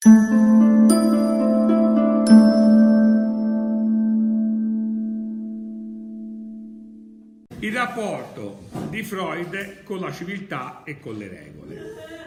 Il rapporto di Freud con la civiltà e con le regole.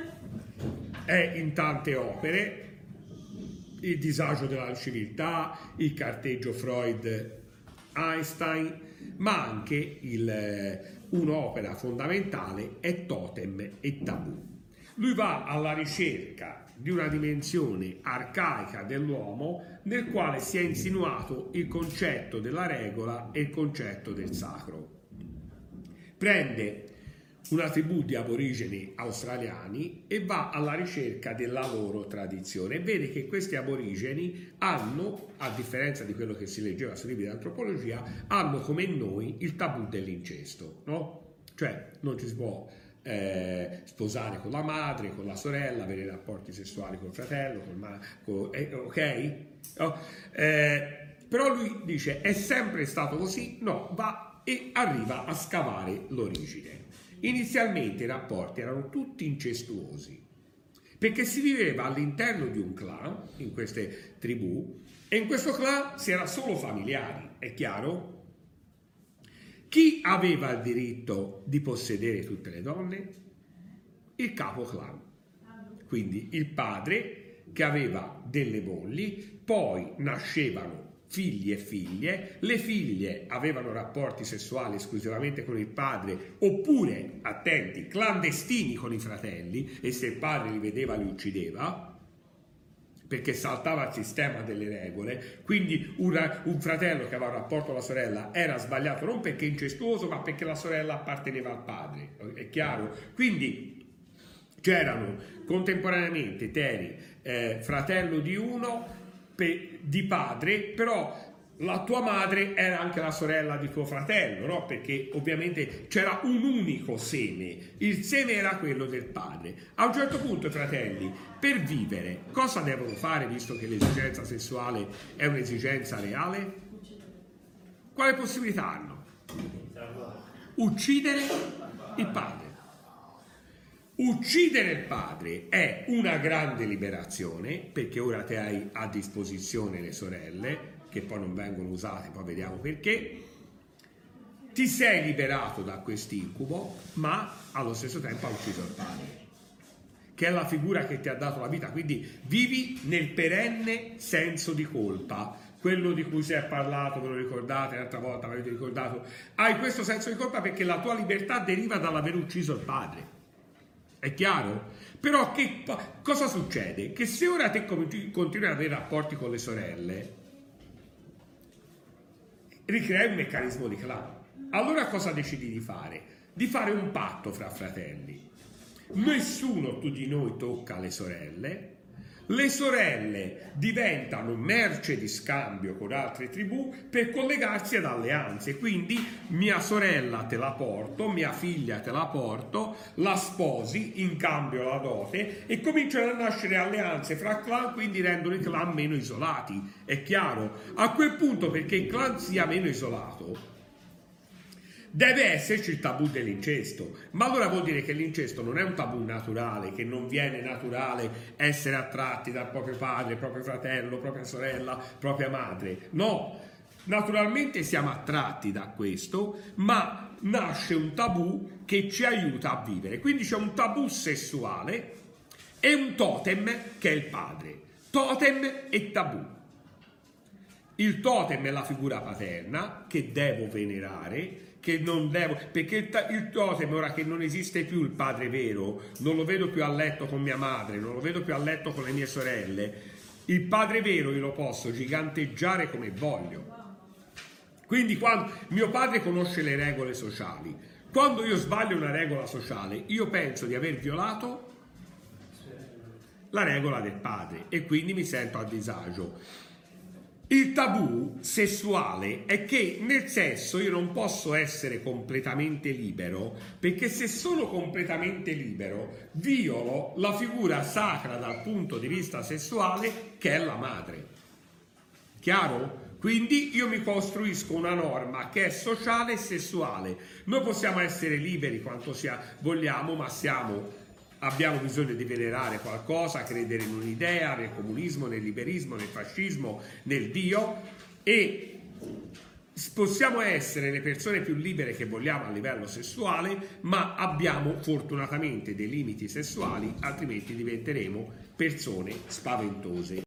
È in tante opere: Il disagio della civiltà, Il carteggio Freud-Einstein, ma anche un'opera fondamentale è Totem e Tabù. Lui va alla ricerca di una dimensione arcaica dell'uomo nel quale si è insinuato il concetto della regola e il concetto del sacro. Prende una tribù di aborigeni australiani e va alla ricerca della loro tradizione e vede che questi aborigeni hanno, a differenza di quello che si leggeva sui libri di antropologia, hanno come noi il tabù dell'incesto, no? Cioè non ci si può sposare con la madre, con la sorella, avere rapporti sessuali col fratello, ok? No? Però lui dice: è sempre stato così? No, va e arriva a scavare l'origine. Inizialmente i rapporti erano tutti incestuosi, perché si viveva all'interno di un clan, in queste tribù, e in questo clan si era solo familiari, è chiaro? Chi aveva il diritto di possedere tutte le donne? Il capo clan, quindi il padre che aveva delle mogli, poi nascevano figli e figlie, le figlie avevano rapporti sessuali esclusivamente con il padre oppure, attenti, clandestini con i fratelli, e se il padre li vedeva li uccideva perché saltava il sistema delle regole. Quindi un fratello che aveva un rapporto con la sorella era sbagliato non perché incestuoso ma perché la sorella apparteneva al padre, è chiaro? Quindi c'erano contemporaneamente fratello di uno di padre, però la tua madre era anche la sorella di tuo fratello, no? Perché ovviamente c'era un unico seme, il seme era quello del padre. A un certo punto i fratelli, per vivere, cosa devono fare, visto che l'esigenza sessuale è un'esigenza reale? Quale possibilità hanno? Uccidere il padre. Uccidere il padre è una grande liberazione, perché ora te hai a disposizione le sorelle, che poi non vengono usate, poi vediamo perché. Ti sei liberato da quest'incubo, ma allo stesso tempo hai ucciso il padre, che è la figura che ti ha dato la vita, quindi vivi nel perenne senso di colpa, quello di cui si è parlato, ve lo ricordate, l'altra volta avete ricordato, hai questo senso di colpa perché la tua libertà deriva dall'aver ucciso il padre. È chiaro? Però cosa succede? Che se ora te continui ad avere rapporti con le sorelle, ricrei un meccanismo di clan. Allora cosa decidi di fare? Di fare un patto fra fratelli. Nessuno di noi tocca le sorelle diventano merce di scambio con altre tribù per collegarsi ad alleanze, quindi mia sorella te la porto, mia figlia te la porto, la sposi, in cambio la dote, e cominciano a nascere alleanze fra clan, quindi rendono i clan meno isolati, è chiaro? A quel punto, perché il clan sia meno isolato, deve esserci il tabù dell'incesto, ma allora vuol dire che l'incesto non è un tabù naturale, che non viene naturale essere attratti dal proprio padre, proprio fratello, propria sorella, propria madre. No, naturalmente siamo attratti da questo, ma nasce un tabù che ci aiuta a vivere. Quindi c'è un tabù sessuale e un totem che è il padre. Totem e tabù. Il totem è la figura paterna che devo venerare, che non devo, perché il totem, ora che non esiste più il padre vero, non lo vedo più a letto con mia madre, non lo vedo più a letto con le mie sorelle, il padre vero io lo posso giganteggiare come voglio. Quindi quando mio padre conosce le regole sociali, quando io sbaglio una regola sociale, io penso di aver violato la regola del padre e quindi mi sento a disagio. Il tabù sessuale è che nel sesso io non posso essere completamente libero, perché se sono completamente libero violo la figura sacra dal punto di vista sessuale che è la madre. Chiaro? Quindi io mi costruisco una norma che è sociale e sessuale. Noi possiamo essere liberi quanto vogliamo, ma siamo abbiamo bisogno di venerare qualcosa, credere in un'idea, nel comunismo, nel liberismo, nel fascismo, nel Dio, e possiamo essere le persone più libere che vogliamo a livello sessuale, ma abbiamo fortunatamente dei limiti sessuali, altrimenti diventeremo persone spaventose.